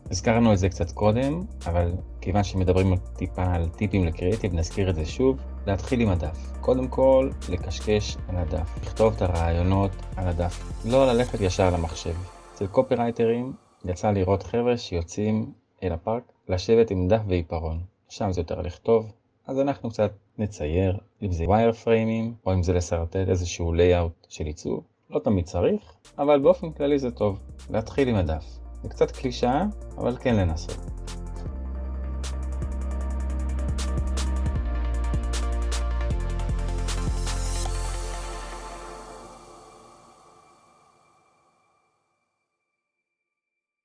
הזכרנו את זה קצת קודם, אבל כיוון שמדברים טיפה על טיפים לקריאטיב, נזכיר את זה שוב. להתחיל עם הדף. קודם כל, לקשקש על הדף. לכתוב את הרעיונות על הדף. לא ללכת ישר למחשב. אצל קופירייטרים יצא לראות חבר'ה שיוצאים אל הפארק, לשבת עם דף ועיפרון. שם זה יותר לכתוב. אז אנחנו קצת נצייר, אם זה ווייר פריימים, או אם זה לסרטט איזשהו לייאוט של עיצוב. לא תמיד צריך, אבל באופן כללי זה טוב. להתחיל עם הדף. זה קצת קלישאה, אבל כן לנסות.